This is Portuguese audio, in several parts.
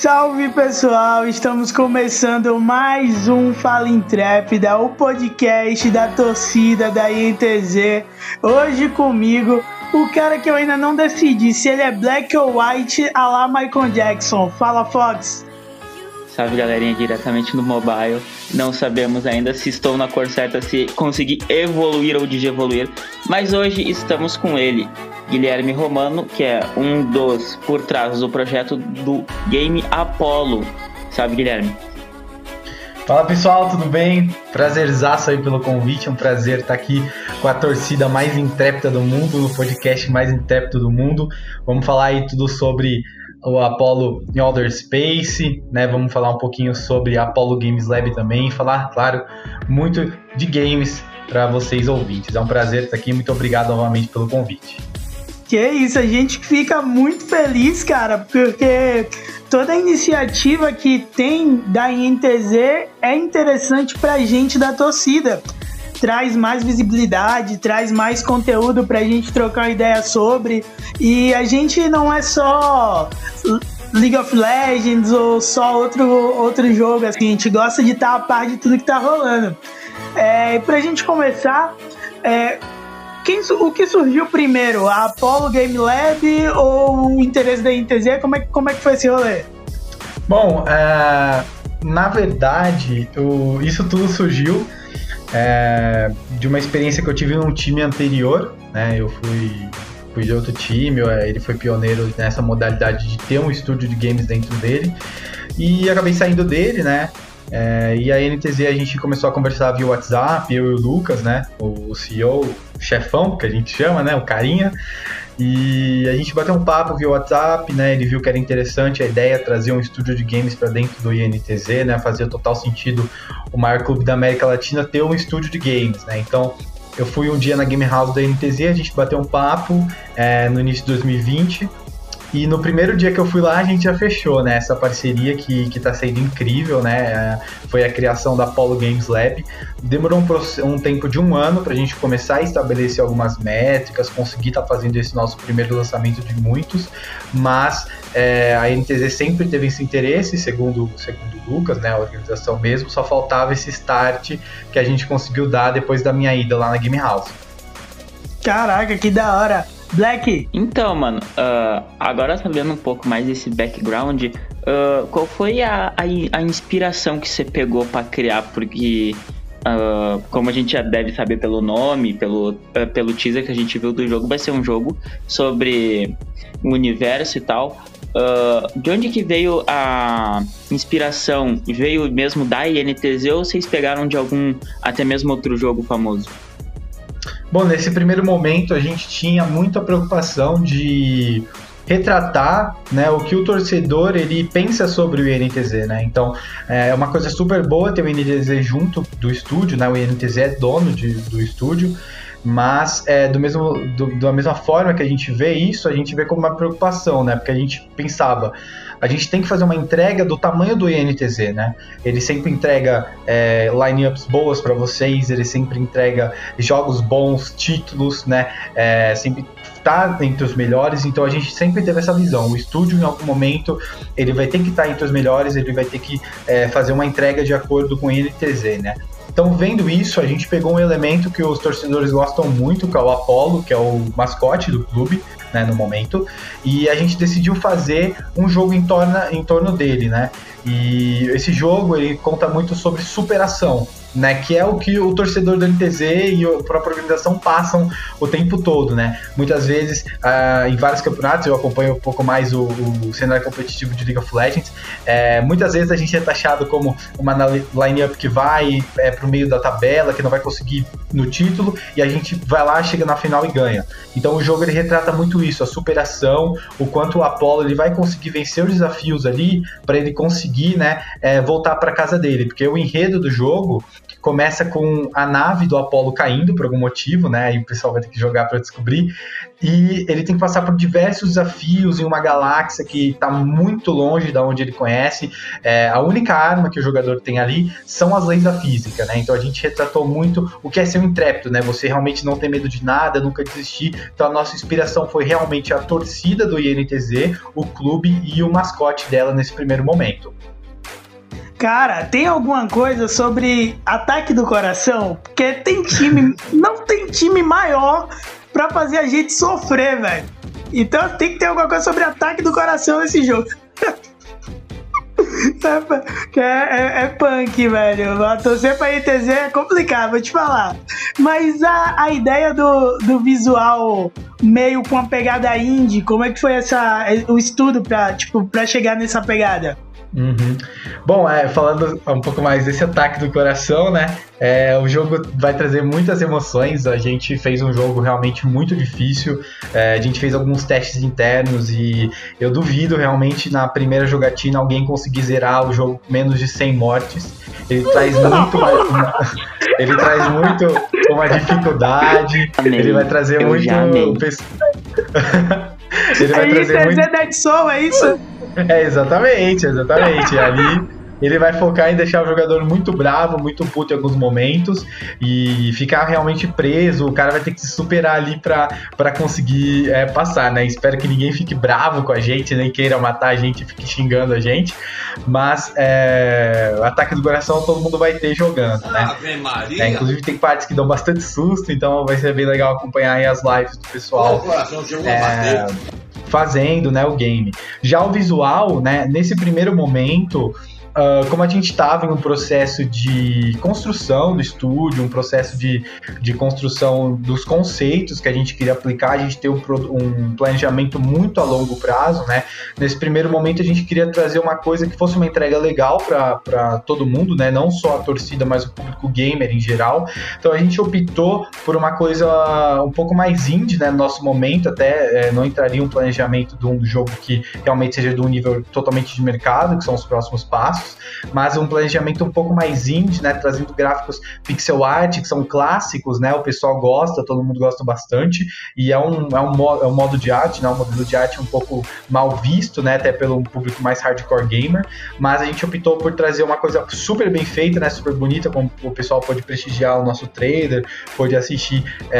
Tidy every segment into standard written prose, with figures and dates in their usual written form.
Salve pessoal, estamos começando mais um Fala Intrépida, o podcast da torcida da INTZ. Hoje comigo, o cara que eu ainda não decidi se ele é black ou white, a lá Michael Jackson. Fala, Fox. Salve galerinha, diretamente no mobile. Não sabemos ainda se estou na cor certa, se consegui evoluir ou digievoluir, mas hoje estamos com ele, Guilherme Romano, que é um dos por trás do projeto do Game Apollo. Salve, Guilherme. Fala pessoal, tudo bem? Prazerzaço aí pelo convite, um prazer estar aqui com a torcida mais intrépida do mundo, no podcast mais intrépido do mundo. Vamos falar aí tudo sobre o Apollo em Outer Space, né? Vamos falar um pouquinho sobre Apollo Games Lab também, falar, claro, muito de games para vocês ouvintes. É um prazer estar aqui, muito obrigado novamente pelo convite. Que isso, a gente fica muito feliz, cara, porque toda a iniciativa que tem da INTZ é interessante pra gente da torcida. Traz mais visibilidade, traz mais conteúdo pra gente trocar ideia sobre. E a gente não é só League of Legends ou só outro jogo, assim, a gente gosta de estar a par de tudo que tá rolando. Pra gente começar, o que surgiu primeiro, a Apollo Game Lab ou o interesse da INTZ? Como é que foi esse rolê? Bom, na verdade, isso tudo surgiu de uma experiência que eu tive num time anterior, né? Eu fui de outro time, ele foi pioneiro nessa modalidade de ter um estúdio de games dentro dele, e acabei saindo dele, né? E a INTZ a gente começou a conversar via WhatsApp, eu e o Lucas, né? O CEO, o chefão, que a gente chama, né? O carinha. E a gente bateu um papo via WhatsApp, né? Ele viu que era interessante a ideia de trazer um estúdio de games para dentro do INTZ, né? Fazia total sentido o maior clube da América Latina ter um estúdio de games, né? Então eu fui um dia na Game House da INTZ, a gente bateu um papo no início de 2020. E no primeiro dia que eu fui lá, a gente já fechou, né, essa parceria que tá sendo incrível, né, foi a criação da Apollo Games Lab. Demorou um tempo de um ano pra gente começar a estabelecer algumas métricas, conseguir estar fazendo esse nosso primeiro lançamento de muitos, mas a INTZ sempre teve esse interesse, segundo o Lucas, né, a organização mesmo, só faltava esse start que a gente conseguiu dar depois da minha ida lá na Game House. Caraca, que da hora! Black? Então, mano, agora sabendo um pouco mais desse background, qual foi a inspiração que você pegou pra criar? Porque, como a gente já deve saber pelo nome, pelo teaser que a gente viu do jogo, vai ser um jogo sobre o universo e tal. De onde que veio a inspiração? Veio mesmo da INTZ ou vocês pegaram de algum, até mesmo outro jogo famoso? Bom, nesse primeiro momento a gente tinha muita preocupação de retratar, né, o que o torcedor ele pensa sobre o INTZ, né? Então é uma coisa super boa ter o INTZ junto do estúdio, né? O INTZ é dono do estúdio, mas da mesma forma que a gente vê isso, a gente vê como uma preocupação, né? Porque a gente pensava, a gente tem que fazer uma entrega do tamanho do INTZ, né? Ele sempre entrega line-ups boas para vocês, ele sempre entrega jogos bons, títulos, né? Sempre tá entre os melhores, então a gente sempre teve essa visão. O estúdio, em algum momento, ele vai ter que estar entre os melhores, ele vai ter que fazer uma entrega de acordo com o INTZ, né? Então, vendo isso, a gente pegou um elemento que os torcedores gostam muito, que é o Apollo, que é o mascote do clube, né, no momento, e a gente decidiu fazer um jogo em torno dele, né? E esse jogo, ele conta muito sobre superação, né, que é o que o torcedor do INTZ e a própria organização passam o tempo todo, né? Muitas vezes, em vários campeonatos, eu acompanho um pouco mais o cenário competitivo de League of Legends, muitas vezes a gente é taxado como uma line-up que vai pro meio da tabela, que não vai conseguir no título, e a gente vai lá, chega na final e ganha. Então o jogo ele retrata muito isso, a superação, o quanto o Apollo ele vai conseguir vencer os desafios ali, para ele conseguir, né, voltar para casa dele, porque o enredo do jogo começa com a nave do Apollo caindo por algum motivo, né? E o pessoal vai ter que jogar para descobrir. E ele tem que passar por diversos desafios em uma galáxia que está muito longe da onde ele conhece. A única arma que o jogador tem ali são as leis da física, né? Então a gente retratou muito o que é ser um intrépido, né? Você realmente não ter medo de nada, nunca desistir. Então a nossa inspiração foi realmente a torcida do INTZ, o clube e o mascote dela nesse primeiro momento. Cara, tem alguma coisa sobre Ataque do Coração? Porque não tem time maior pra fazer a gente sofrer, velho. Então tem que ter alguma coisa sobre Ataque do Coração nesse jogo. É punk, velho. Torcer pra ITZ é complicado, vou te falar. Mas a ideia do visual meio com a pegada indie, como é que foi o estudo pra chegar nessa pegada? Uhum. Bom, falando um pouco mais desse Ataque do Coração, né? O jogo vai trazer muitas emoções. A gente fez um jogo realmente muito difícil. A gente fez alguns testes internos e eu duvido realmente na primeira jogatina alguém conseguir zerar o jogo com menos de 100 mortes. Ele traz muito uma dificuldade. Ele vai trazer muito. Ele vai trazer muito. Dead Soul, é isso? Exatamente. Ali ele vai focar em deixar o jogador muito bravo, muito puto em alguns momentos e ficar realmente preso. O cara vai ter que se superar ali pra conseguir passar, né? Espero que ninguém fique bravo com a gente, nem queira matar a gente e fique xingando a gente. Mas o Ataque do Coração todo mundo vai ter jogando, né? Inclusive tem partes que dão bastante susto, então vai ser bem legal acompanhar aí as lives do pessoal fazendo, né, o game. Já o visual, né, nesse primeiro momento, como a gente estava em um processo de construção do estúdio, um processo de construção dos conceitos que a gente queria aplicar, a gente tem um planejamento muito a longo prazo, né? Nesse primeiro momento a gente queria trazer uma coisa que fosse uma entrega legal para todo mundo, né? Não só a torcida, mas o público gamer em geral. Então a gente optou por uma coisa um pouco mais indie, né? No nosso momento, até não entraria um planejamento de um jogo que realmente seja de um nível totalmente de mercado, que são os próximos passos, mas um planejamento um pouco mais indie, né, trazendo gráficos pixel art, que são clássicos, né, o pessoal gosta, todo mundo gosta bastante, e é um modo de arte, né, um modelo de arte um pouco mal visto, né, até pelo público mais hardcore gamer, mas a gente optou por trazer uma coisa super bem feita, né, super bonita, como o pessoal pôde prestigiar o nosso trailer, pôde assistir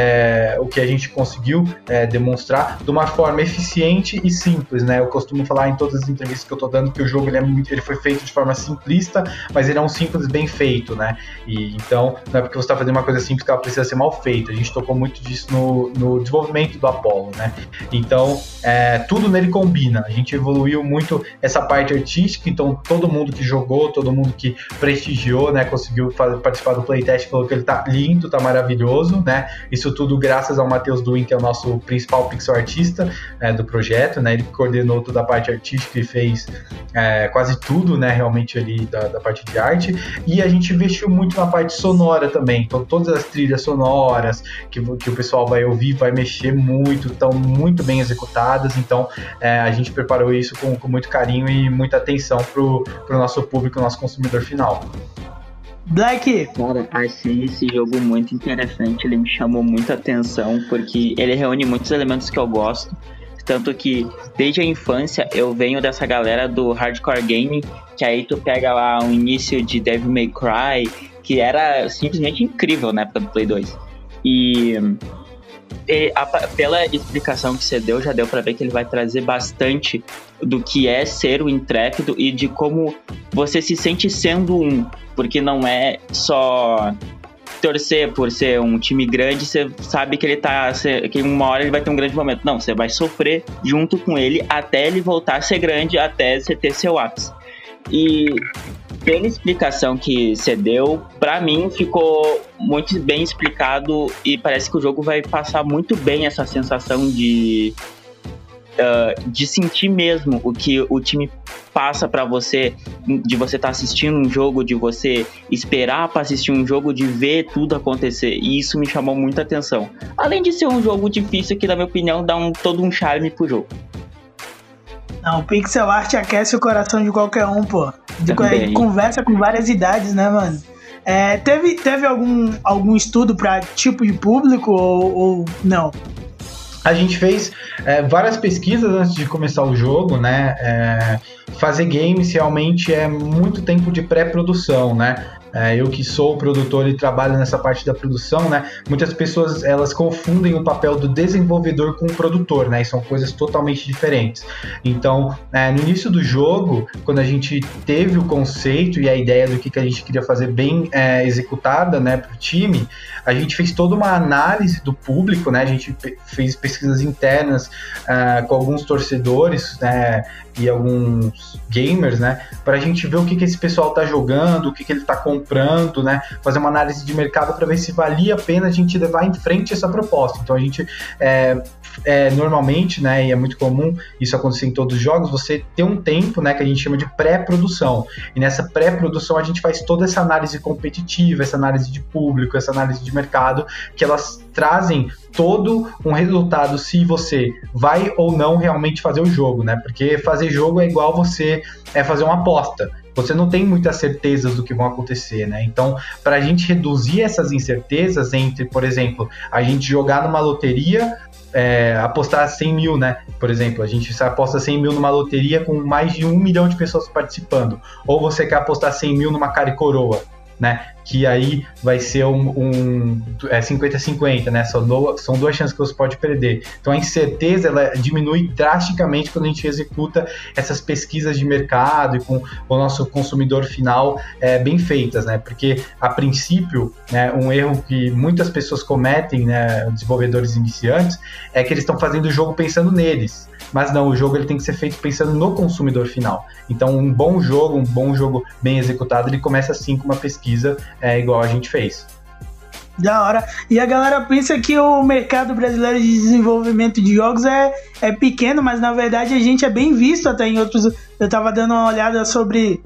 o que a gente conseguiu demonstrar de uma forma eficiente e simples, né, eu costumo falar em todas as entrevistas que eu tô dando que o jogo ele foi feito de forma simplista, mas ele é um simples bem feito, né? E então, não é porque você está fazendo uma coisa simples que ela precisa ser mal feita. A gente tocou muito disso no desenvolvimento do Apollo, né? Então, tudo nele combina. A gente evoluiu muito essa parte artística, então todo mundo que jogou, todo mundo que prestigiou, né, conseguiu participar do playtest, falou que ele tá lindo, tá maravilhoso, né? Isso tudo graças ao Matheus Duin, que é o nosso principal pixel artista do projeto, né? Ele coordenou toda a parte artística e fez quase tudo, né, realmente ali da parte de arte, e a gente investiu muito na parte sonora também, então todas as trilhas sonoras que o pessoal vai ouvir, vai mexer muito, estão muito bem executadas, então a gente preparou isso com muito carinho e muita atenção pro nosso público, nosso consumidor final. Black! Cara, achei esse jogo muito interessante, ele me chamou muita atenção, porque ele reúne muitos elementos que eu gosto, tanto que desde a infância eu venho dessa galera do hardcore gaming, que aí tu pega lá um início de Devil May Cry, que era simplesmente incrível na época do Play 2. E pela explicação que você deu, já deu pra ver que ele vai trazer bastante do que é ser o intrépido e de como você se sente sendo um, porque não é só torcer por ser um time grande, você sabe que que uma hora ele vai ter um grande momento. Não, você vai sofrer junto com ele até ele voltar a ser grande, até você ter seu ápice. E pela explicação que você deu, pra mim ficou muito bem explicado e parece que o jogo vai passar muito bem essa sensação de sentir mesmo o que o time passa pra você, de você estar assistindo um jogo, de você esperar pra assistir um jogo, de ver tudo acontecer, e isso me chamou muita atenção. Além de ser um jogo difícil que, na minha opinião, dá todo um charme pro jogo. Não, o pixel art aquece o coração de qualquer um, pô. Também. Conversa com várias idades, né, mano? Teve algum estudo para tipo de público ou não? A gente fez várias pesquisas antes de começar o jogo, né? Fazer games realmente é muito tempo de pré-produção, né? Eu que sou produtor e trabalho nessa parte da produção, né? Muitas pessoas, elas confundem o papel do desenvolvedor com o produtor, né? E são coisas totalmente diferentes. Então, no início do jogo, quando a gente teve o conceito e a ideia do que a gente queria fazer bem executada, né, para o time, a gente fez toda uma análise do público, né? A gente fez pesquisas internas com alguns torcedores, né, e alguns gamers, né, para a gente ver o que esse pessoal está jogando, o que ele está comprando, né, fazer uma análise de mercado para ver se valia a pena a gente levar em frente essa proposta. Então a gente normalmente, né, e é muito comum isso acontecer em todos os jogos, você tem um tempo, né, que a gente chama de pré-produção, e nessa pré-produção a gente faz toda essa análise competitiva, essa análise de público, essa análise de mercado, que elas trazem todo um resultado se você vai ou não realmente fazer o jogo, né? Porque fazer jogo é igual você fazer uma aposta. Você não tem muitas certezas do que vão acontecer, né? Então, para a gente reduzir essas incertezas entre, por exemplo, a gente jogar numa loteria, apostar 100 mil, né? Por exemplo, a gente aposta 100 mil numa loteria com mais de 1 milhão de pessoas participando. Ou você quer apostar 100 mil numa cara e coroa, né? Que aí vai ser 50-50, né? São duas chances que você pode perder. Então a incerteza, ela diminui drasticamente quando a gente executa essas pesquisas de mercado e com o nosso consumidor final bem feitas, né? Porque a princípio, né, um erro que muitas pessoas cometem, né, desenvolvedores iniciantes, é que eles estão fazendo o jogo pensando neles. Mas não, o jogo ele tem que ser feito pensando no consumidor final. Então um bom jogo bem executado, ele começa assim com uma pesquisa igual a gente fez. Da hora. E a galera pensa que o mercado brasileiro de desenvolvimento de jogos é pequeno, mas na verdade a gente é bem visto até em outros. Eu tava dando uma olhada sobre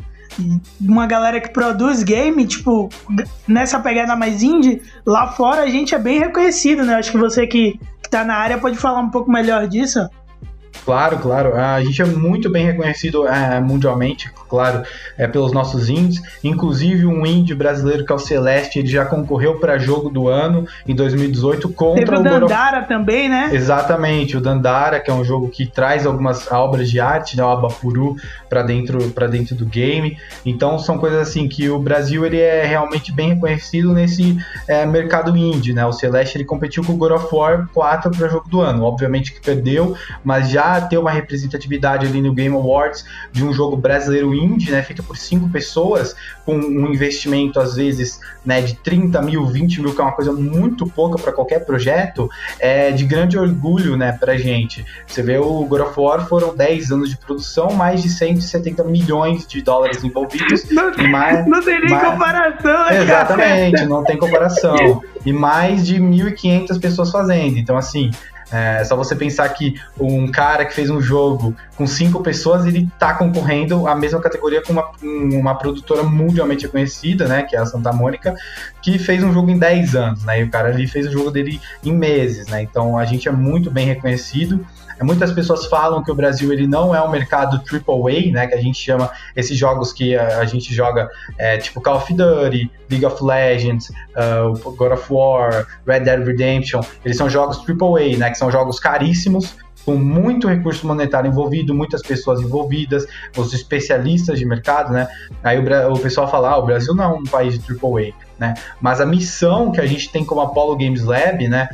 uma galera que produz game, tipo, nessa pegada mais indie, lá fora a gente é bem reconhecido, né? Acho que você que tá na área pode falar um pouco melhor disso. Claro. A gente é muito bem reconhecido mundialmente, claro, pelos nossos indies. Inclusive, um indie brasileiro que é o Celeste, ele já concorreu para jogo do ano em 2018 contra Teve o Dandara também, né? Exatamente, o Dandara, que é um jogo que traz algumas obras de arte, né, o Abapuru, para dentro do game. Então, são coisas assim que o Brasil ele é realmente bem reconhecido nesse mercado indie, né? O Celeste ele competiu com o God of War 4 para jogo do ano. Obviamente que perdeu, mas já ter uma representatividade ali no Game Awards de um jogo brasileiro indie, né, feito por 5 pessoas, com um investimento às vezes, né, de 30 mil, 20 mil, que é uma coisa muito pouca para qualquer projeto, é de grande orgulho, né, pra gente. Você vê o God of War, foram 10 anos de produção, mais de 170 milhões de dólares envolvidos. Não tem nem comparação, né? Exatamente, não tem comparação. E mais de 1.500 pessoas fazendo. Então, assim, só você pensar que um cara que fez um jogo com 5 pessoas, ele tá concorrendo à mesma categoria com uma produtora mundialmente reconhecida, né, que é a Santa Mônica, que fez um jogo em 10 anos, né, e o cara ali fez o jogo dele em meses, né, então a gente é muito bem reconhecido. Muitas pessoas falam que o Brasil ele não é um mercado AAA, né, que a gente chama esses jogos que a gente joga tipo Call of Duty, League of Legends, God of War, Red Dead Redemption. Eles são jogos AAA, né, que são jogos caríssimos, com muito recurso monetário envolvido, muitas pessoas envolvidas, os especialistas de mercado, né? Aí o pessoal fala, o Brasil não é um país de AAA, né? Mas a missão que a gente tem como Apollo Games Lab, né,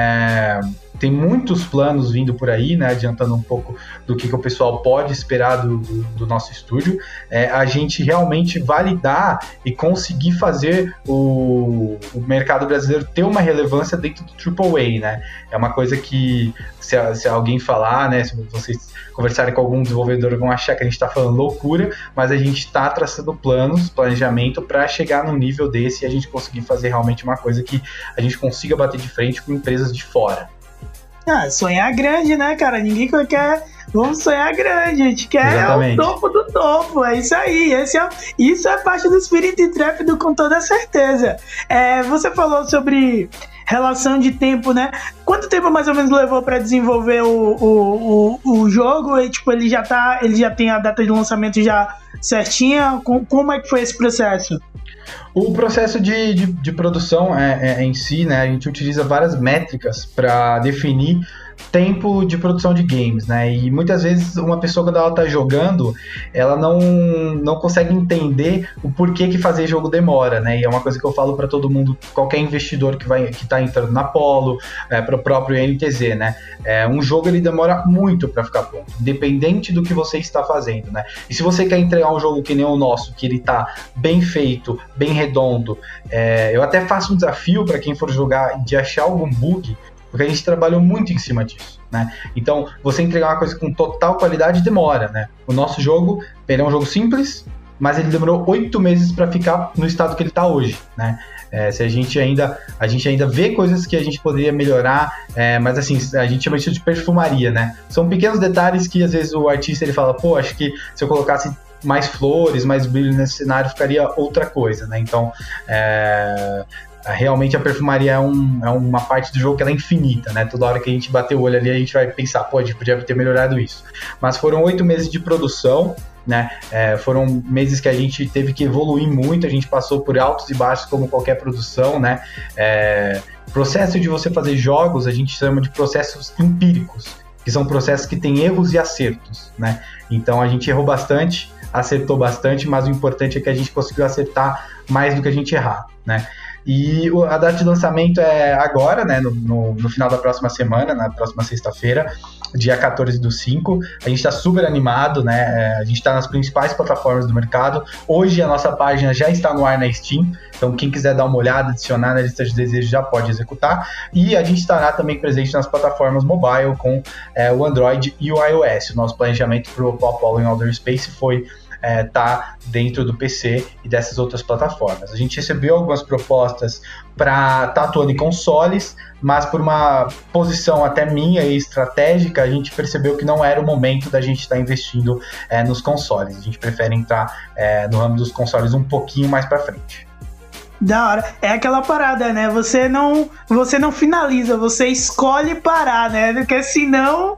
tem muitos planos vindo por aí, né, adiantando um pouco do que o pessoal pode esperar do nosso estúdio, a gente realmente validar e conseguir fazer o mercado brasileiro ter uma relevância dentro do AAA, né? É uma coisa que, se alguém falar, né, se vocês conversarem com algum desenvolvedor, vão achar que a gente está falando loucura, mas a gente está traçando planejamento para chegar num nível desse e a gente conseguir fazer realmente uma coisa que a gente consiga bater de frente com empresas de fora. Sonhar grande, né, cara? Ninguém quer. Vamos sonhar grande, a gente quer o topo do topo. É isso aí. Isso é parte do espírito intrépido, com toda certeza. Você falou sobre relação de tempo, né? Quanto tempo mais ou menos levou para desenvolver o jogo? E, tipo, ele já tem a data de lançamento já certinha? Como é que foi esse processo? O processo de produção em si, né, a gente utiliza várias métricas para definir tempo de produção de games, né? E muitas vezes uma pessoa, quando ela tá jogando, ela não consegue entender o porquê que fazer jogo demora, né? E é uma coisa que eu falo para todo mundo, qualquer investidor que tá entrando na Apollo, para o próprio INTZ, né? Um jogo ele demora muito para ficar pronto, independente do que você está fazendo, né? E se você quer entregar um jogo que nem o nosso, que ele tá bem feito, bem redondo, eu até faço um desafio para quem for jogar de achar algum bug, porque a gente trabalhou muito em cima disso, né? Então, você entregar uma coisa com total qualidade demora, né? O nosso jogo, ele é um jogo simples, mas ele demorou 8 meses para ficar no estado que ele está hoje, né? Se a gente ainda vê coisas que a gente poderia melhorar, mas assim, a gente chama isso de perfumaria, né? São pequenos detalhes que às vezes o artista ele fala, pô, acho que se eu colocasse mais flores, mais brilho nesse cenário, ficaria outra coisa, né? Então, realmente a perfumaria é uma parte do jogo que ela é infinita, né? Toda hora que a gente bater o olho ali, a gente vai pensar, pô, a gente podia ter melhorado isso. Mas foram 8 meses de produção, né? Foram meses que a gente teve que evoluir muito, a gente passou por altos e baixos como qualquer produção, né? Processo de você fazer jogos, a gente chama de processos empíricos, que são processos que têm erros e acertos, né? Então a gente errou bastante, acertou bastante, mas o importante é que a gente conseguiu acertar mais do que a gente errar, né? E a data de lançamento é agora, né, no final da próxima semana, na próxima sexta-feira, dia 14/5. A gente está super animado, né? A gente está nas principais plataformas do mercado. Hoje a nossa página já está no ar na Steam, então quem quiser dar uma olhada, adicionar na lista de desejos já pode executar. E a gente estará também presente nas plataformas mobile com o Android e o iOS. O nosso planejamento para o Apollo em Outer Space foi tá dentro do PC e dessas outras plataformas. A gente recebeu algumas propostas para estar atuando em consoles, mas por uma posição até minha e estratégica, a gente percebeu que não era o momento da gente estar investindo nos consoles. A gente prefere entrar no ramo dos consoles um pouquinho mais para frente. Da hora. É aquela parada, né? Você não finaliza, você escolhe parar, né? Porque senão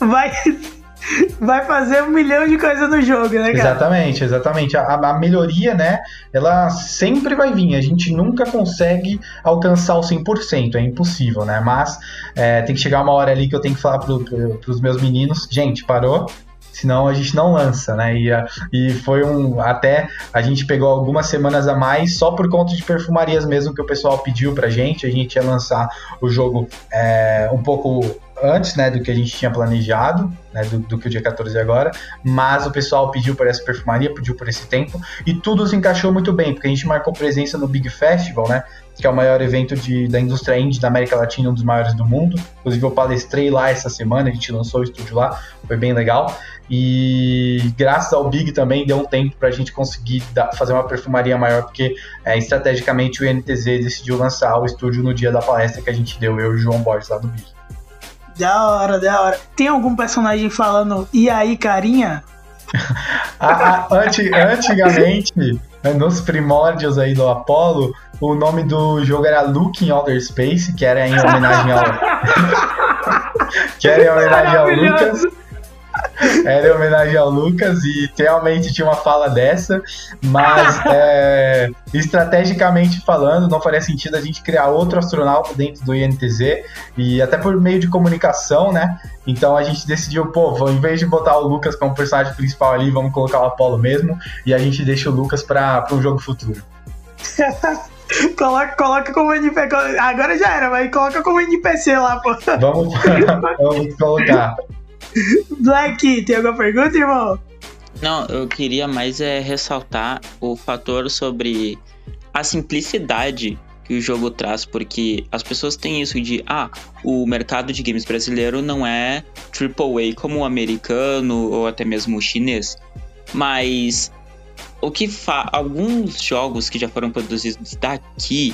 vai fazer 1 milhão de coisas no jogo, né, cara? Exatamente. A melhoria, né, ela sempre vai vir. A gente nunca consegue alcançar o 100%, é impossível, né? Mas tem que chegar uma hora ali que eu tenho que falar pros meus meninos, gente, parou, senão a gente não lança, né? E foi até a gente pegou algumas semanas a mais só por conta de perfumarias mesmo que o pessoal pediu pra gente. A gente ia lançar o jogo um pouco antes, né, do que a gente tinha planejado, né, do que o dia 14 agora, mas o pessoal pediu por essa perfumaria, pediu por esse tempo, e tudo se encaixou muito bem, porque a gente marcou presença no Big Festival, né, que é o maior evento da indústria indie da América Latina, um dos maiores do mundo. Inclusive eu palestrei lá essa semana, a gente lançou o estúdio lá, foi bem legal, e graças ao Big também deu um tempo pra gente conseguir fazer uma perfumaria maior, porque estrategicamente o INTZ decidiu lançar o estúdio no dia da palestra que a gente deu, eu e o João Borges lá do Big. Da hora. Tem algum personagem falando "e aí, carinha"? Antigamente, nos primórdios aí do Apollo, o nome do jogo era Luke in Outer Space, que era em homenagem ao Lucas. Era em homenagem ao Lucas e realmente tinha uma fala dessa, mas estrategicamente falando, não faria sentido a gente criar outro astronauta dentro do INTZ, e até por meio de comunicação, né? Então a gente decidiu, em vez de botar o Lucas como personagem principal ali, vamos colocar o Apollo mesmo, e a gente deixa o Lucas para um jogo futuro. Coloca como NPC. Agora já era, mas coloca como NPC lá, pô. Vamos colocar. Black, tem alguma pergunta, irmão? Não, eu queria mais ressaltar o fator sobre a simplicidade que o jogo traz, porque as pessoas têm isso de o mercado de games brasileiro não é AAA como o americano ou até mesmo o chinês, mas alguns jogos que já foram produzidos daqui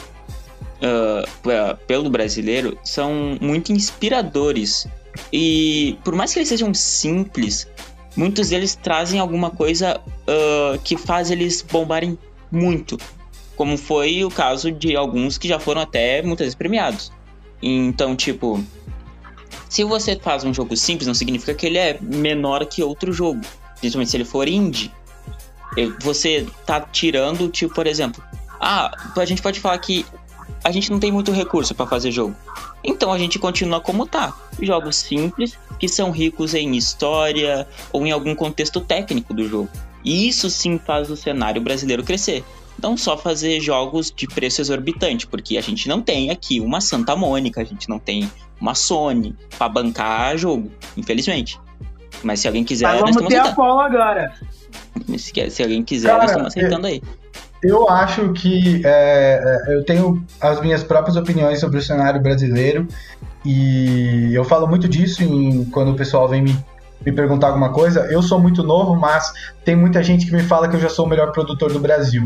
pelo brasileiro são muito inspiradores. E por mais que eles sejam simples, muitos deles trazem alguma coisa que faz eles bombarem muito, como foi o caso de alguns que já foram até muitas vezes premiados. Então, tipo, se você faz um jogo simples, não significa que ele é menor que outro jogo, principalmente se ele for indie. Você tá tirando, tipo, por exemplo, a gente pode falar que a gente não tem muito recurso para fazer jogo. Então a gente continua como tá. Jogos simples, que são ricos em história ou em algum contexto técnico do jogo. E isso sim faz o cenário brasileiro crescer. Não só fazer jogos de preço exorbitante, porque a gente não tem aqui uma Santa Mônica, a gente não tem uma Sony para bancar jogo, infelizmente. Mas se alguém quiser, nós estamos aceitando. Apolo agora. Se alguém quiser, nós estamos aceitando aí. Eu acho que eu tenho as minhas próprias opiniões sobre o cenário brasileiro e eu falo muito disso quando o pessoal vem me perguntar alguma coisa. Eu sou muito novo, mas tem muita gente que me fala que eu já sou o melhor produtor do Brasil.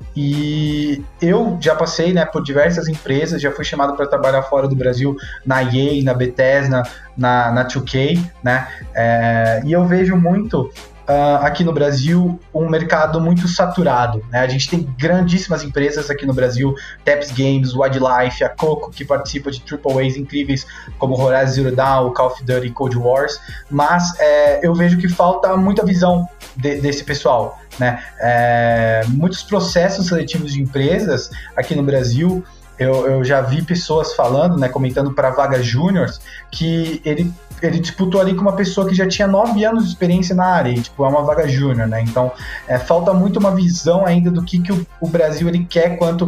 E eu já passei, né, por diversas empresas, já fui chamado para trabalhar fora do Brasil, na EA, na Bethesda, na 2K, né, e eu vejo muito aqui no Brasil um mercado muito saturado, né? A gente tem grandíssimas empresas aqui no Brasil, Taps Games, Wildlife, a Coco, que participa de AAAs incríveis como Horizon Zero Dawn, Call of Duty e Cold Wars, mas eu vejo que falta muita visão desse pessoal, né? Muitos processos seletivos de empresas aqui no Brasil, eu já vi pessoas falando, né, comentando para vagas júniors, que ele disputou ali com uma pessoa que já tinha 9 anos de experiência na área, e, tipo, é uma vaga júnior, né? Então, falta muito uma visão ainda do que o Brasil ele quer quanto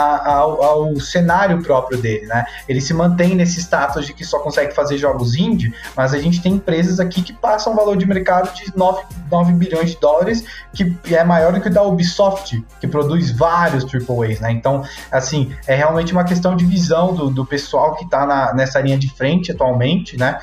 ao cenário próprio dele, né? Ele se mantém nesse status de que só consegue fazer jogos indie, mas a gente tem empresas aqui que passam um valor de mercado de 9 bilhões de dólares, que é maior do que o da Ubisoft, que produz vários AAAs, né? Então, assim, é realmente uma questão de visão do pessoal que está nessa linha de frente atualmente, né?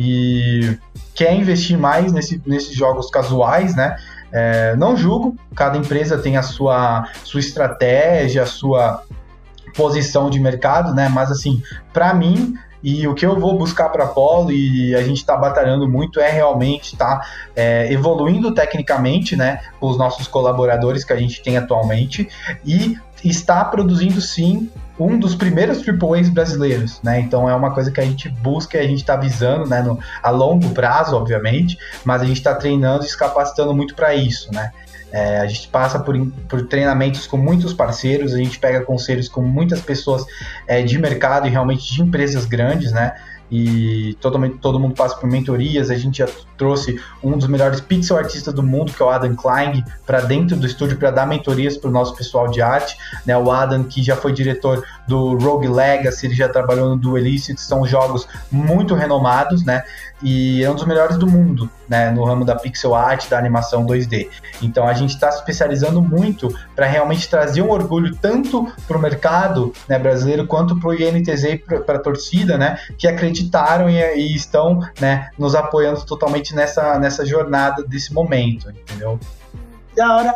E quer investir mais nesses jogos casuais, né? Não julgo, cada empresa tem a sua estratégia, a sua posição de mercado, né? Mas assim, para mim, e o que eu vou buscar para a Apolo, e a gente está batalhando muito, é realmente estar evoluindo tecnicamente, né, com os nossos colaboradores que a gente tem atualmente, e está produzindo sim um dos primeiros AAAs brasileiros, né? Então é uma coisa que a gente busca e a gente está visando, né, a longo prazo, obviamente, mas a gente está treinando e se capacitando muito para isso, né? A gente passa por treinamentos com muitos parceiros, a gente pega conselhos com muitas pessoas de mercado e realmente de empresas grandes, né? E todo mundo passa por mentorias. A gente já trouxe um dos melhores pixel artistas do mundo, que é o Adam Klein, para dentro do estúdio para dar mentorias para o nosso pessoal de arte, né? O Adam, que já foi diretor do Rogue Legacy, ele já trabalhou no Duelist, que são jogos muito renomados, né? E é um dos melhores do mundo, né, no ramo da pixel art, da animação 2D. Então a gente está se especializando muito para realmente trazer um orgulho tanto para o mercado, né, brasileiro, quanto para o INTZ e para a torcida, né, que acreditaram e estão, né, nos apoiando totalmente nessa jornada desse momento, entendeu? Da hora.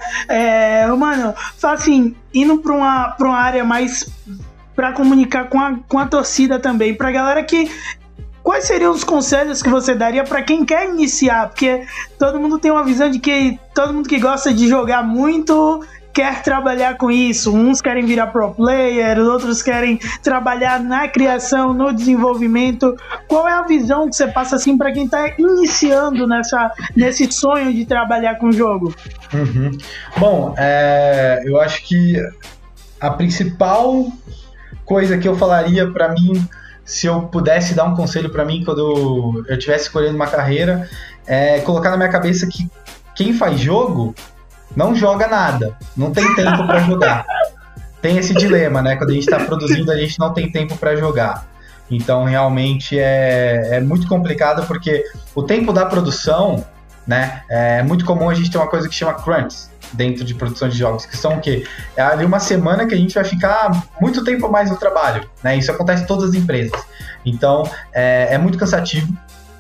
Mano, só assim, indo para uma área mais para comunicar com a torcida também, para a galera que... Quais seriam os conselhos que você daria para quem quer iniciar? Porque todo mundo tem uma visão de que todo mundo que gosta de jogar muito quer trabalhar com isso. Uns querem virar pro player, outros querem trabalhar na criação, no desenvolvimento. Qual é a visão que você passa assim para quem está iniciando nesse sonho de trabalhar com o jogo? Uhum. Bom, eu acho que a principal coisa que eu falaria para mim, se eu pudesse dar um conselho para mim quando eu estivesse escolhendo uma carreira, é colocar na minha cabeça que quem faz jogo não joga nada, não tem tempo para jogar. Tem esse dilema, né? Quando a gente está produzindo, a gente não tem tempo para jogar. Então, realmente, é muito complicado, porque o tempo da produção, né? É muito comum a gente ter uma coisa que chama crunch dentro de produção de jogos, que são o quê? É ali uma semana que a gente vai ficar muito tempo a mais no trabalho, né? Isso acontece em todas as empresas. Então, é muito cansativo,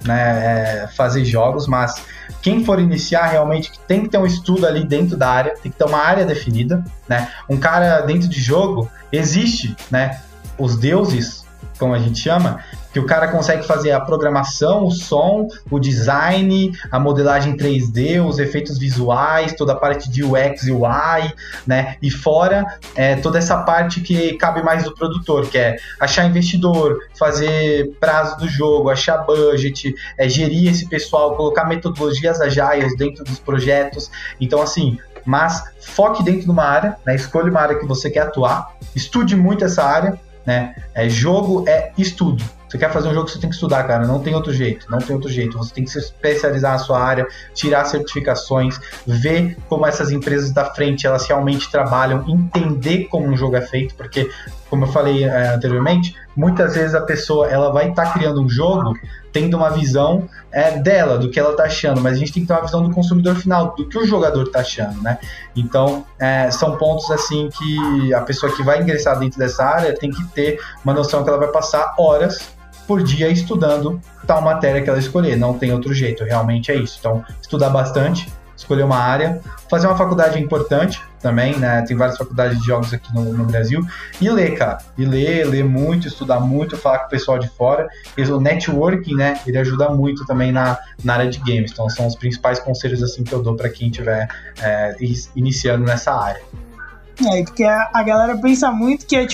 né, fazer jogos, mas quem for iniciar realmente tem que ter um estudo ali dentro da área, tem que ter uma área definida, né? Um cara dentro de jogo, existe, né, os deuses, como a gente chama, que o cara consegue fazer a programação, o som, o design, a modelagem 3D, os efeitos visuais, toda a parte de UX e UI, né? E fora toda essa parte que cabe mais do produtor, que é achar investidor, fazer prazo do jogo, achar budget, gerir esse pessoal, colocar metodologias agiles dentro dos projetos. Então, assim, mas foque dentro de uma área, né? Escolha uma área que você quer atuar, estude muito essa área, né? Jogo é estudo. Você quer fazer um jogo, você tem que estudar, cara. Não tem outro jeito. Você tem que se especializar na sua área, tirar certificações, ver como essas empresas da frente, elas realmente trabalham, entender como um jogo é feito, porque, como eu falei anteriormente, muitas vezes a pessoa, ela vai estar criando um jogo tendo uma visão dela, do que ela está achando, mas a gente tem que ter uma visão do consumidor final, do que o jogador está achando, né? Então, são pontos assim que a pessoa que vai ingressar dentro dessa área tem que ter uma noção que ela vai passar horas por dia estudando tal matéria que ela escolher, não tem outro jeito, realmente é isso. Então, estudar bastante, escolher uma área, fazer uma faculdade é importante também, né? Tem várias faculdades de jogos aqui no Brasil, e ler, cara, ler muito, estudar muito, falar com o pessoal de fora. O networking, né, ele ajuda muito também na área de games, então são os principais conselhos assim que eu dou para quem estiver iniciando nessa área. Porque a galera pensa muito que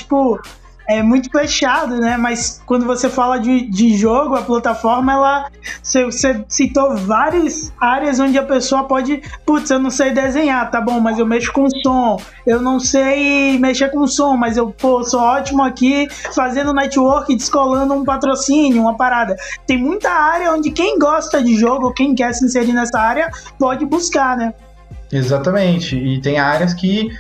é muito fechado, né? Mas quando você fala de jogo, a plataforma, você citou várias áreas onde a pessoa pode... Putz, eu não sei desenhar, tá bom, mas eu mexo com som. Eu não sei mexer com som, mas eu sou ótimo aqui fazendo network, descolando um patrocínio, uma parada. Tem muita área onde quem gosta de jogo, quem quer se inserir nessa área, pode buscar, né? Exatamente. E tem áreas que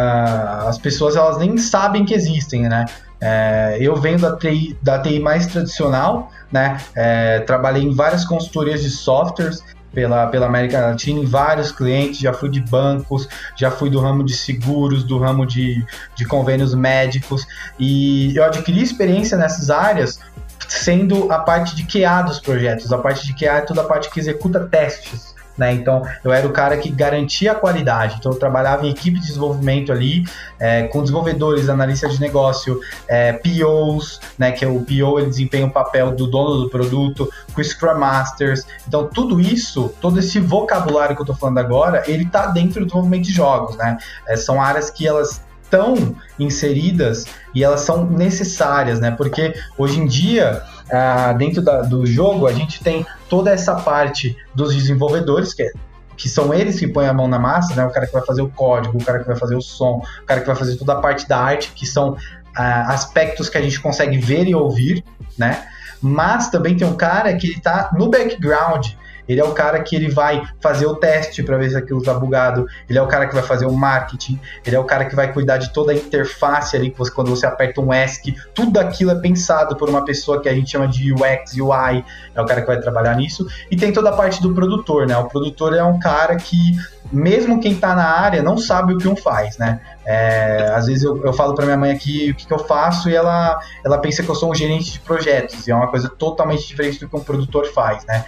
as pessoas elas nem sabem que existem, né? Eu venho da TI mais tradicional, né? Trabalhei em várias consultorias de softwares pela América Latina, em vários clientes, já fui de bancos, já fui do ramo de seguros, do ramo de convênios médicos, e eu adquiri experiência nessas áreas sendo a parte de QA dos projetos. A parte de QA é toda a parte que executa testes, né? Então, eu era o cara que garantia a qualidade. Então, eu trabalhava em equipe de desenvolvimento ali, com desenvolvedores, analistas de negócio, POs, né? Que o PO ele desempenha o papel do dono do produto, com Scrum Masters. Então, tudo isso, todo esse vocabulário que eu estou falando agora, ele está dentro do desenvolvimento de jogos, né? São áreas que elas estão inseridas e elas são necessárias, né? Porque hoje em dia, dentro do jogo, a gente tem toda essa parte dos desenvolvedores, que são eles que põem a mão na massa, né? O cara que vai fazer o código, o cara que vai fazer o som, o cara que vai fazer toda a parte da arte, que são aspectos que a gente consegue ver e ouvir, né? Mas também tem um cara que ele tá no background. Ele é o cara que ele vai fazer o teste para ver se aquilo está bugado, ele é o cara que vai fazer o marketing, ele é o cara que vai cuidar de toda a interface ali, quando você aperta um ESC, tudo aquilo é pensado por uma pessoa que a gente chama de UX, UI, é o cara que vai trabalhar nisso, e tem toda a parte do produtor, né? O produtor é um cara que, mesmo quem está na área, não sabe o que um faz, né? Às vezes eu falo para minha mãe aqui o que eu faço e ela pensa que eu sou um gerente de projetos, e é uma coisa totalmente diferente do que um produtor faz, né?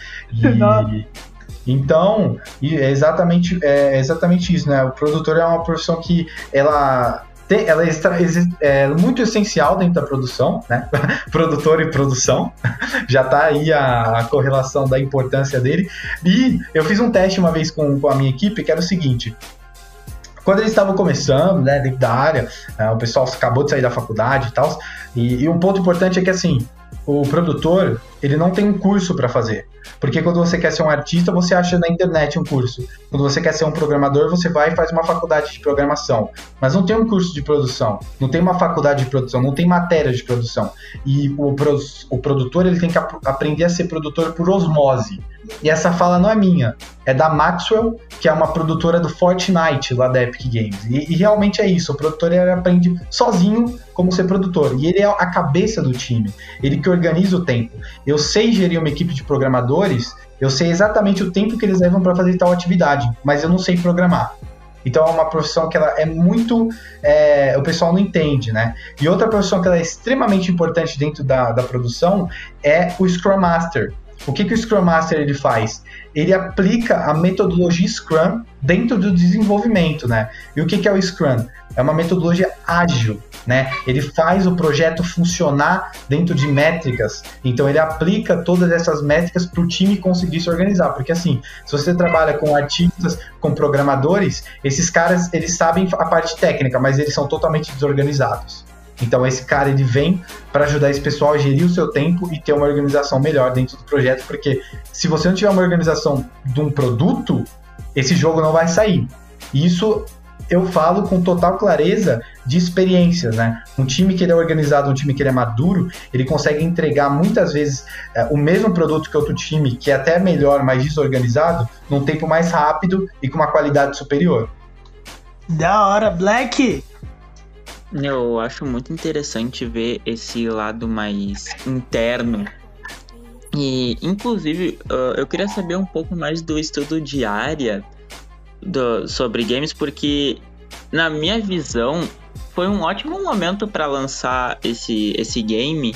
Então, é exatamente isso, né? O produtor é uma profissão que ela é muito essencial dentro da produção, né? Produtor e produção, já tá aí a correlação da importância dele. E eu fiz um teste uma vez com a minha equipe, que era o seguinte: quando eles estavam começando, né, dentro da área, o pessoal acabou de sair da faculdade e tal, e um ponto importante é que, assim, o produtor, ele não tem um curso para fazer. Porque quando você quer ser um artista, você acha na internet um curso. Quando você quer ser um programador, você vai e faz uma faculdade de programação. Mas não tem um curso de produção, não tem uma faculdade de produção, não tem matéria de produção. E o produtor, ele tem que aprender a ser produtor por osmose. E essa fala não é minha, é da Maxwell, que é uma produtora do Fortnite, lá da Epic Games. E realmente é isso, o produtor ele aprende sozinho como ser produtor. E ele é a cabeça do time, ele que organiza o tempo. Eu sei gerir uma equipe de programadores, eu sei exatamente o tempo que eles levam para fazer tal atividade, mas eu não sei programar. Então é uma profissão que ela é muito... o pessoal não entende, né? E outra profissão que ela é extremamente importante dentro da produção é o Scrum Master. O que o Scrum Master ele faz? Ele aplica a metodologia Scrum dentro do desenvolvimento, né? E o que é o Scrum? É uma metodologia ágil, né? Ele faz o projeto funcionar dentro de métricas, então ele aplica todas essas métricas para o time conseguir se organizar, porque assim, se você trabalha com artistas, com programadores, esses caras, eles sabem a parte técnica, mas eles são totalmente desorganizados. Então esse cara, ele vem para ajudar esse pessoal a gerir o seu tempo e ter uma organização melhor dentro do projeto, porque se você não tiver uma organização de um produto, esse jogo não vai sair. E isso eu falo com total clareza de experiências, né? Um time que ele é organizado, um time que ele é maduro, ele consegue entregar muitas vezes o mesmo produto que outro time, que é até melhor, mas desorganizado, num tempo mais rápido e com uma qualidade superior. Da hora, Black! Eu acho muito interessante ver esse lado mais interno. E, inclusive, eu queria saber um pouco mais do estudo de área sobre games, porque, na minha visão, foi um ótimo momento para lançar esse game,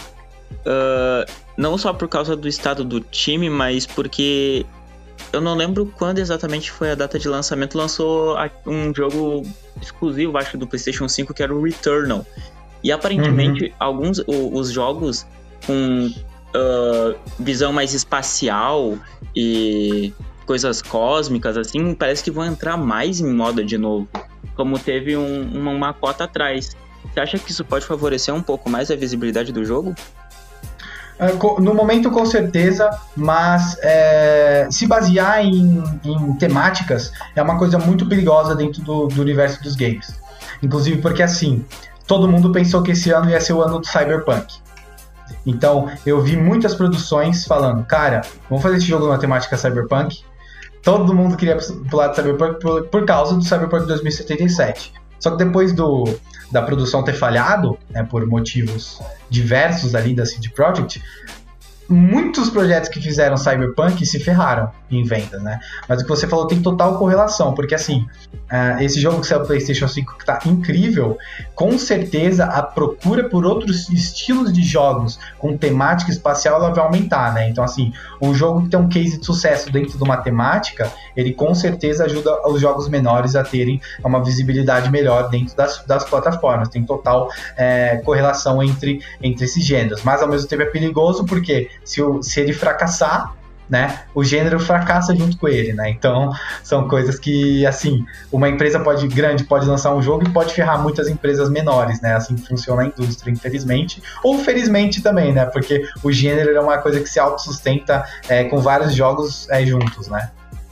não só por causa do estado do time, mas porque eu não lembro quando exatamente foi a data de lançamento. Lançou um jogo exclusivo, acho, do PlayStation 5, que era o Returnal. E aparentemente os jogos com visão mais espacial e coisas cósmicas, assim, parece que vão entrar mais em moda de novo, como teve uma cota atrás. Você acha que isso pode favorecer um pouco mais a visibilidade do jogo? No momento, com certeza, mas se basear em temáticas é uma coisa muito perigosa dentro do universo dos games. Inclusive porque, assim, todo mundo pensou que esse ano ia ser o ano do Cyberpunk. Então, eu vi muitas produções falando, cara, vamos fazer esse jogo numa temática Cyberpunk. Todo mundo queria pular do Cyberpunk por causa do Cyberpunk 2077. Só que depois da produção ter falhado, né, por motivos diversos ali da CD Projekt, muitos projetos que fizeram Cyberpunk se ferraram em venda, né? Mas o que você falou tem total correlação, porque assim, esse jogo que saiu no PlayStation 5 que tá incrível, com certeza a procura por outros estilos de jogos com temática espacial ela vai aumentar, né? Então assim, um jogo que tem um case de sucesso dentro de uma temática, ele com certeza ajuda os jogos menores a terem uma visibilidade melhor dentro das plataformas. Tem total correlação entre esses gêneros, mas ao mesmo tempo é perigoso porque se ele fracassar, né, o gênero fracassa junto com ele, né? Então são coisas que, assim, uma empresa grande pode lançar um jogo e pode ferrar muitas empresas menores, né? Assim funciona a indústria, infelizmente, ou felizmente também, né? Porque o gênero é uma coisa que se autossustenta com vários jogos juntos, né?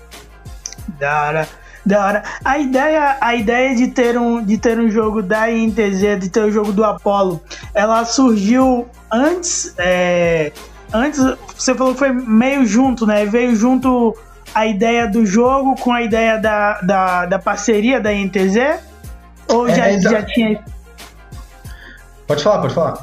Da hora. A ideia de ter um jogo da INTZ, de ter o jogo do Apollo, ela surgiu antes. Antes, você falou que foi meio junto, né? Veio junto a ideia do jogo com a ideia da parceria da INTZ? Ou já tinha... Pode falar.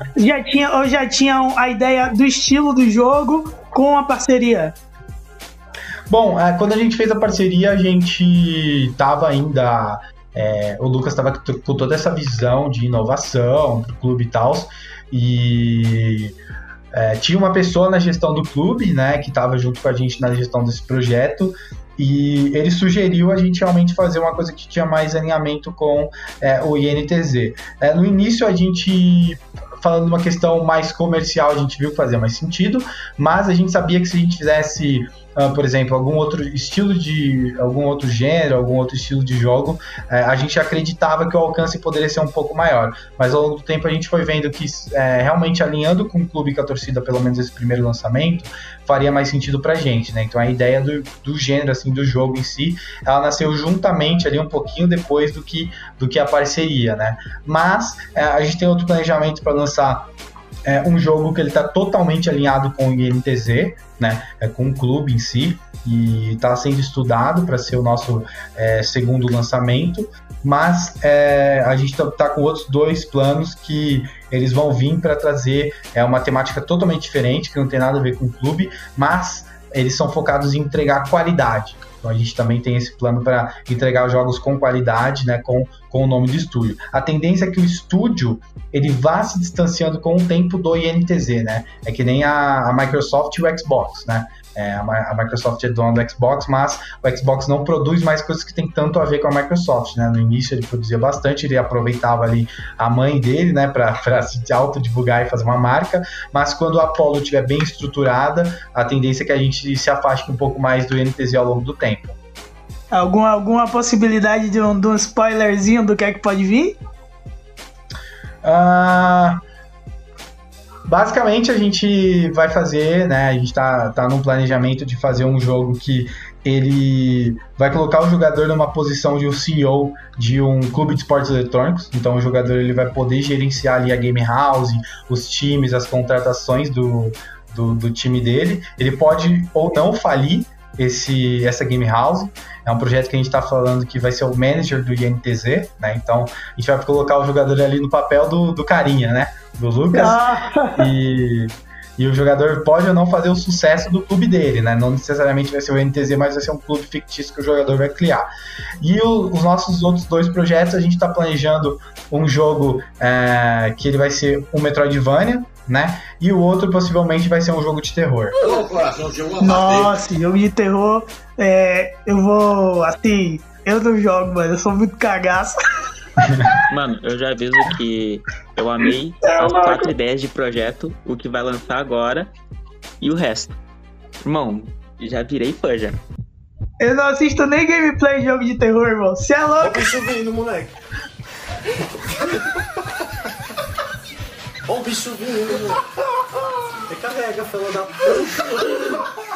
Já tinha a ideia do estilo do jogo com a parceria? Bom, quando a gente fez a parceria, a gente tava ainda... o Lucas estava com toda essa visão de inovação pro clube e tal, e... tinha uma pessoa na gestão do clube, né, que estava junto com a gente na gestão desse projeto, e ele sugeriu a gente realmente fazer uma coisa que tinha mais alinhamento com o INTZ. No início, a gente, falando de uma questão mais comercial, a gente viu que fazia mais sentido, mas a gente sabia que se a gente fizesse, por exemplo, algum outro gênero, algum outro estilo de jogo, a gente acreditava que o alcance poderia ser um pouco maior. Mas ao longo do tempo a gente foi vendo que realmente alinhando com o clube e com a torcida, pelo menos esse primeiro lançamento, faria mais sentido pra gente, né? Então a ideia do gênero, assim, do jogo em si, ela nasceu juntamente ali um pouquinho depois do que a parceria, né? Mas a gente tem outro planejamento para lançar um jogo que ele está totalmente alinhado com o INTZ, né, com o clube em si, e está sendo estudado para ser o nosso segundo lançamento, mas a gente está com outros dois planos que eles vão vir para trazer uma temática totalmente diferente, que não tem nada a ver com o clube, mas eles são focados em entregar qualidade. Então a gente também tem esse plano para entregar jogos com qualidade, né, com o nome do estúdio. A tendência é que o estúdio ele vá se distanciando com o tempo do INTZ, né? É que nem a Microsoft e o Xbox, né? A Microsoft é dona do Xbox, mas o Xbox não produz mais coisas que tem tanto a ver com a Microsoft, né? No início ele produzia bastante, ele aproveitava ali a mãe dele, né, para se autodivulgar e fazer uma marca, mas quando a Apollo estiver bem estruturada, a tendência é que a gente se afaste um pouco mais do INTZ ao longo do tempo. Alguma possibilidade de um spoilerzinho do que é que pode vir? Basicamente a gente vai fazer, né? A gente tá num planejamento de fazer um jogo que ele vai colocar o jogador numa posição de um CEO de um clube de esportes eletrônicos. Então o jogador ele vai poder gerenciar ali a game house, os times, as contratações do time dele. Ele pode ou não falir essa game house. É um projeto que a gente está falando que vai ser o manager do INTZ, né? Então a gente vai colocar o jogador ali no papel do carinha, né? Do Lucas. E o jogador pode ou não fazer o sucesso do clube dele, né? Não necessariamente vai ser o NTZ, mas vai ser um clube fictício que o jogador vai criar. E os nossos outros 2 projetos, a gente está planejando um jogo que ele vai ser um Metroidvania, né? E o outro possivelmente vai ser um jogo de terror. Nossa, jogo de terror, eu vou, assim, eu não jogo, mano, eu sou muito cagaço. Mano, eu já aviso que eu amei as 4 ideias de projeto, o que vai lançar agora e o resto. Irmão, já virei fã já. Eu não assisto nem gameplay de jogo de terror, irmão. Você é louco? Olha o bicho vindo, moleque. Olha o bicho vindo, moleque. Recarrega, fela da puta.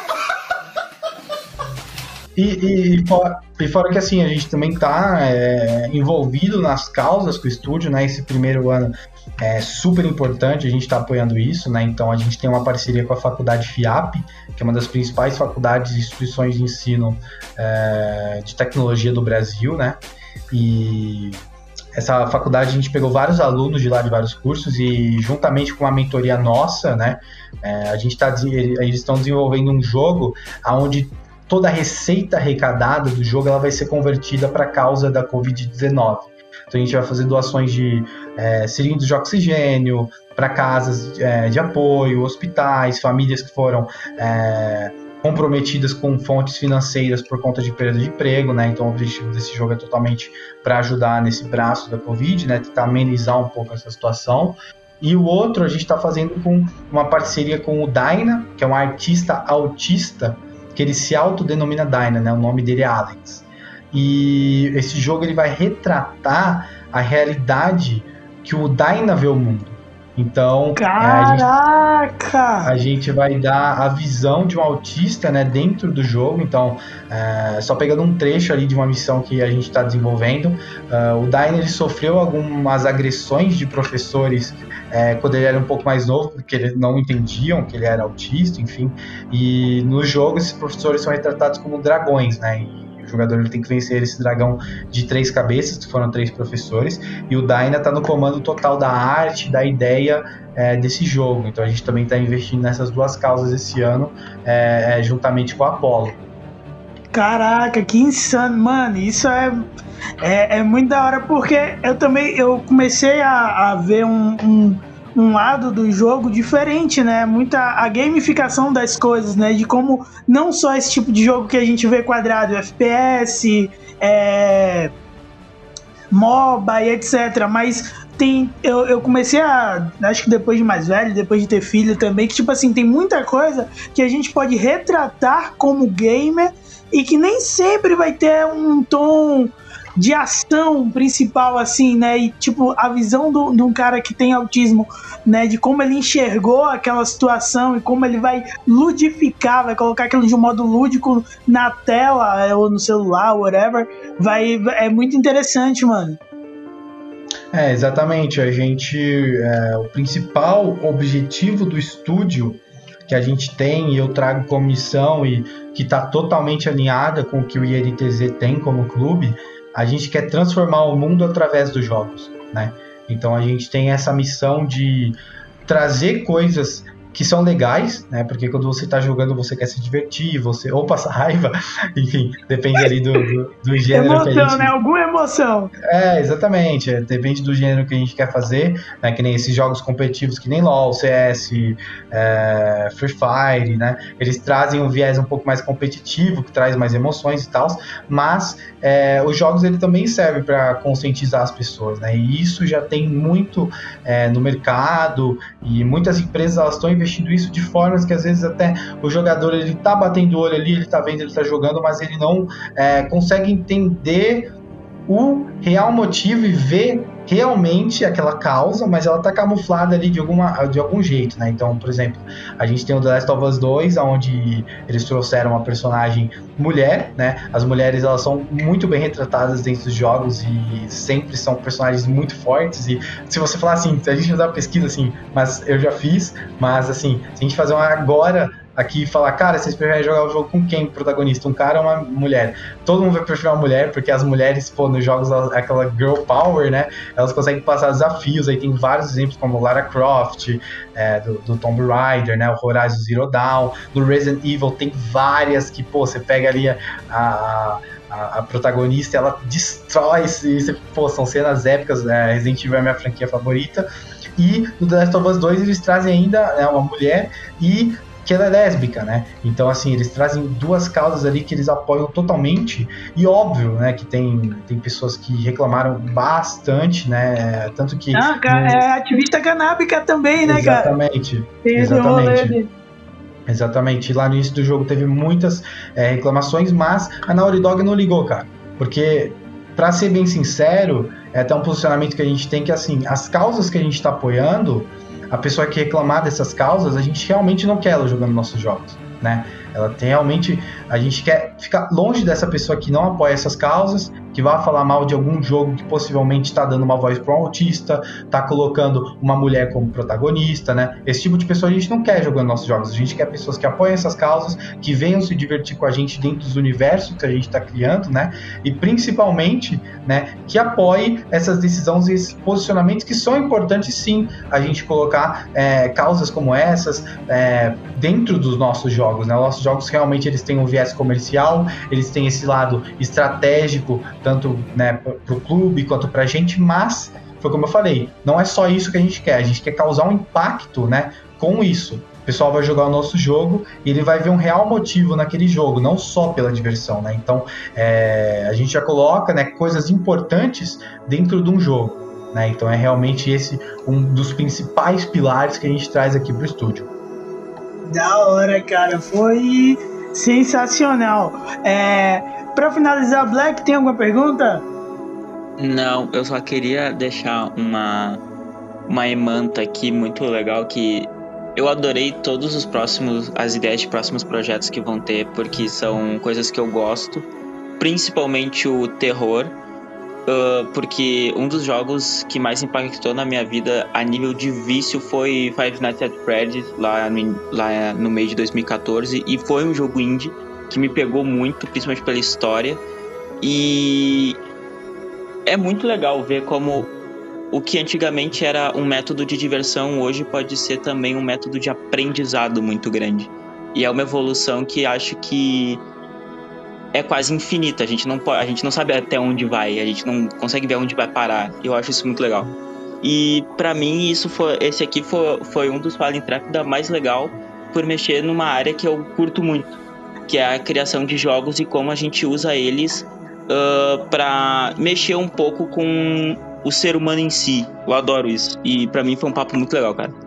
E fora que assim, a gente também está envolvido nas causas com o estúdio, né? Esse primeiro ano é super importante, a gente está apoiando isso, né? Então a gente tem uma parceria com a faculdade FIAP, que é uma das principais faculdades e instituições de ensino de tecnologia do Brasil, né? E essa faculdade a gente pegou vários alunos de lá de vários cursos e juntamente com uma mentoria nossa, né? Eles estão desenvolvendo um jogo onde toda a receita arrecadada do jogo ela vai ser convertida para a causa da Covid-19. Então a gente vai fazer doações de cilindros de oxigênio para casas de apoio, hospitais, famílias que foram comprometidas com fontes financeiras por conta de perda de emprego, né? Então o objetivo desse jogo é totalmente para ajudar nesse braço da Covid, né? Tentar amenizar um pouco essa situação. E o outro a gente está fazendo com uma parceria com o Dyna, que é um artista autista, que ele se autodenomina Dyna, né? O nome dele é Alex. E esse jogo ele vai retratar a realidade que o Dyna vê o mundo. Então, a gente vai dar a visão de um autista, né, dentro do jogo. Então, só pegando um trecho ali de uma missão que a gente está desenvolvendo, o Dyna ele sofreu algumas agressões de professores quando ele era um pouco mais novo, porque eles não entendiam que ele era autista, enfim. E no jogo esses professores são retratados como dragões, né? E o jogador ele tem que vencer esse dragão de 3 cabeças, que foram 3 professores, e o Dyna está no comando total da arte, da ideia desse jogo. Então a gente também está investindo nessas 2 causas esse ano, juntamente com a Apollo. Caraca, que insano, mano, isso é muito da hora, porque eu comecei a ver um lado do jogo diferente, né? A gamificação das coisas, né? De como não só esse tipo de jogo que a gente vê quadrado, FPS, MOBA e etc. Mas eu comecei acho que depois de mais velho, depois de ter filho também, que tipo assim, tem muita coisa que a gente pode retratar como gamer e que nem sempre vai ter um tom de ação principal, assim, né? E, tipo, a visão de um cara que tem autismo, né? De como ele enxergou aquela situação e como ele vai ludificar, vai colocar aquilo de um modo lúdico na tela ou no celular, whatever. É muito interessante, mano. Exatamente. O principal objetivo do estúdio que a gente tem, e eu trago como missão e que está totalmente alinhada com o que o INTZ tem como clube, a gente quer transformar o mundo através dos jogos, né? Então a gente tem essa missão de trazer coisas que são legais, né? Porque quando você está jogando você quer se divertir, ou passar raiva, enfim, depende ali do gênero emoção, que a gente... né? Alguma emoção. Exatamente, depende do gênero que a gente quer fazer, né? Que nem esses jogos competitivos que nem LoL, CS, Free Fire, né? Eles trazem um viés um pouco mais competitivo, que traz mais emoções e tal, mas os jogos ele também servem para conscientizar as pessoas, né? E isso já tem muito no mercado, e muitas empresas elas estão investindo isso de formas que às vezes até o jogador ele tá batendo o olho ali, ele tá vendo, ele tá jogando, mas ele não consegue entender o real motivo e ver realmente aquela causa, mas ela tá camuflada ali de algum jeito, né? Então, por exemplo, a gente tem o The Last of Us 2, onde eles trouxeram uma personagem mulher, né? As mulheres, elas são muito bem retratadas dentro dos jogos e sempre são personagens muito fortes. E se você falar assim, se a gente não dá pesquisa assim, mas eu já fiz, mas assim, se a gente fazer uma agora aqui e falar, cara, vocês preferem jogar o jogo com quem protagonista? Um cara ou uma mulher? Todo mundo vai preferir uma mulher, porque as mulheres, pô, nos jogos, aquela girl power, né? Elas conseguem passar desafios, aí tem vários exemplos como Lara Croft, do Tomb Raider, né? O Horizon Zero Dawn, do Resident Evil tem várias que, pô, você pega ali a protagonista, ela destrói, pô, são cenas épicas, né? Resident Evil é a minha franquia favorita. E no The Last of Us 2 eles trazem ainda, né, uma mulher e que ela é lésbica, né? Então, assim, eles trazem duas causas ali que eles apoiam totalmente. E óbvio, né, que tem pessoas que reclamaram bastante, né? Tanto que... é ativista canábica também, né, cara? Exatamente. Exatamente. Lá no início do jogo teve muitas reclamações, mas a Naughty Dog não ligou, cara. Porque, pra ser bem sincero, é até um posicionamento que a gente tem que, assim, as causas que a gente tá apoiando, a pessoa que reclamar dessas causas, a gente realmente não quer ela jogando nossos jogos, né? Ela tem realmente... A gente quer ficar longe dessa pessoa que não apoia essas causas, que vai falar mal de algum jogo que possivelmente está dando uma voz para um autista, está colocando uma mulher como protagonista, né? Esse tipo de pessoa a gente não quer jogando nossos jogos. A gente quer pessoas que apoiem essas causas, que venham se divertir com a gente dentro dos universos que a gente está criando, né? E principalmente, né, que apoie essas decisões e esses posicionamentos que são importantes, sim, a gente colocar causas como essas dentro dos nossos jogos, né? Os nossos jogos realmente eles têm um viés comercial, eles têm esse lado estratégico, tanto, né, para o clube quanto para a gente, mas foi como eu falei, não é só isso que a gente quer causar um impacto, né, com isso. O pessoal vai jogar o nosso jogo e ele vai ver um real motivo naquele jogo, não só pela diversão, né? Então a gente já coloca, né, coisas importantes dentro de um jogo, né? Então é realmente esse um dos principais pilares que a gente traz aqui para o estúdio. Da hora, cara, foi sensacional. Pra finalizar, Black, tem alguma pergunta? Não, eu só queria deixar uma emanta aqui muito legal, que eu adorei todos as ideias de próximos projetos que vão ter, porque são coisas que eu gosto, principalmente o terror, porque um dos jogos que mais impactou na minha vida a nível de vício foi Five Nights at Freddy's, lá no meio de 2014, e foi um jogo indie que me pegou muito, principalmente pela história, e é muito legal ver como o que antigamente era um método de diversão, hoje pode ser também um método de aprendizado muito grande, e é uma evolução que acho que é quase infinita. A gente não sabe até onde vai, a gente não consegue ver onde vai parar. Eu acho isso muito legal. E pra mim esse aqui foi um dos Fala Intrépida mais legal, por mexer numa área que eu curto muito, que é a criação de jogos e como a gente usa eles pra mexer um pouco com o ser humano em si. Eu adoro isso. E pra mim foi um papo muito legal, cara.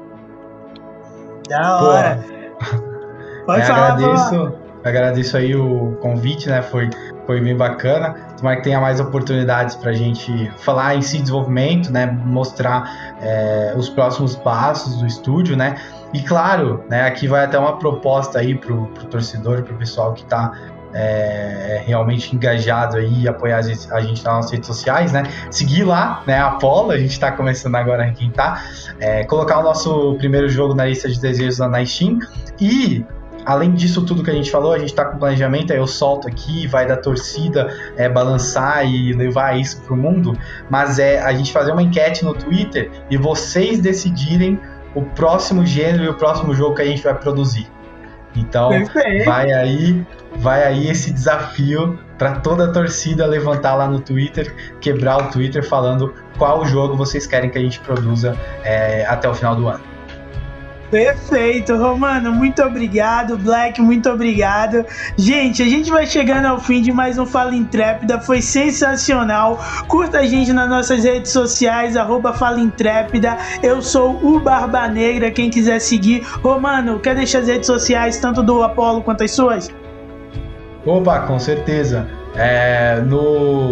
Da hora. Pode falar, Agradeço aí o convite, né? Foi bem bacana. Tomara que tenha mais oportunidades para a gente falar em si desenvolvimento, né? Mostrar os próximos passos do estúdio, né? E claro, né? Aqui vai até uma proposta aí pro torcedor, pro pessoal que está realmente engajado aí e apoiar a gente nas nossas redes sociais, né? Seguir lá, né? A Apollo, a gente está começando agora a requentar, colocar o nosso primeiro jogo na lista de desejos na Steam e... Além disso tudo que a gente falou, a gente está com planejamento, aí eu solto aqui, vai da torcida balançar e levar isso pro mundo, mas a gente fazer uma enquete no Twitter e vocês decidirem o próximo gênero e o próximo jogo que a gente vai produzir. Então, vai aí esse desafio para toda a torcida levantar lá no Twitter, quebrar o Twitter falando qual jogo vocês querem que a gente produza até o final do ano. Perfeito, Romano, muito obrigado. Black, muito obrigado. Gente, a gente vai chegando ao fim de mais um Fala Intrépida. Foi sensacional. Curta a gente nas nossas redes sociais, @Fala Intrépida. Eu sou o Barba Negra, quem quiser seguir. Romano, quer deixar as redes sociais, tanto do Apollo quanto as suas? Opa, com certeza.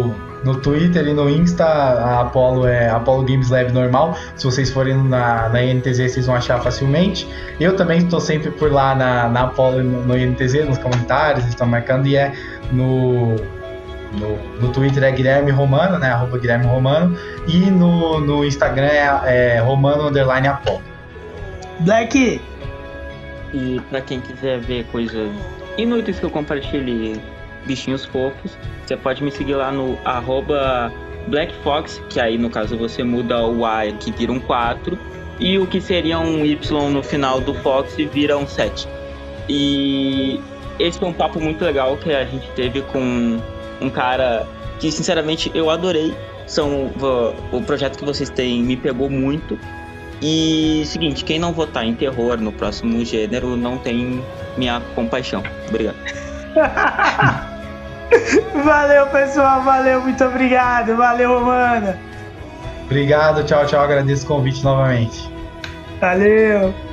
No Twitter e no Insta, a Apollo é Apollo Games Lab normal. Se vocês forem na INTZ, vocês vão achar facilmente. Eu também estou sempre por lá na Apollo no INTZ, nos comentários, estão marcando. E no Twitter é Guilherme Romano, né? @Guilherme Romano. E no Instagram é Romano_Apollo. Black! E pra quem quiser ver coisas inúteis que eu compartilhe, bichinhos fofos, você pode me seguir lá no @BlackFox, que aí no caso você muda o A que vira um 4, e o que seria um Y no final do Fox vira um 7. E esse foi um papo muito legal que a gente teve com um cara que sinceramente eu adorei. O projeto que vocês têm me pegou muito. E seguinte, quem não votar em terror no próximo gênero não tem minha compaixão. Obrigado. Valeu, pessoal, valeu, muito obrigado, valeu, Romana. Obrigado, tchau, agradeço o convite novamente. Valeu.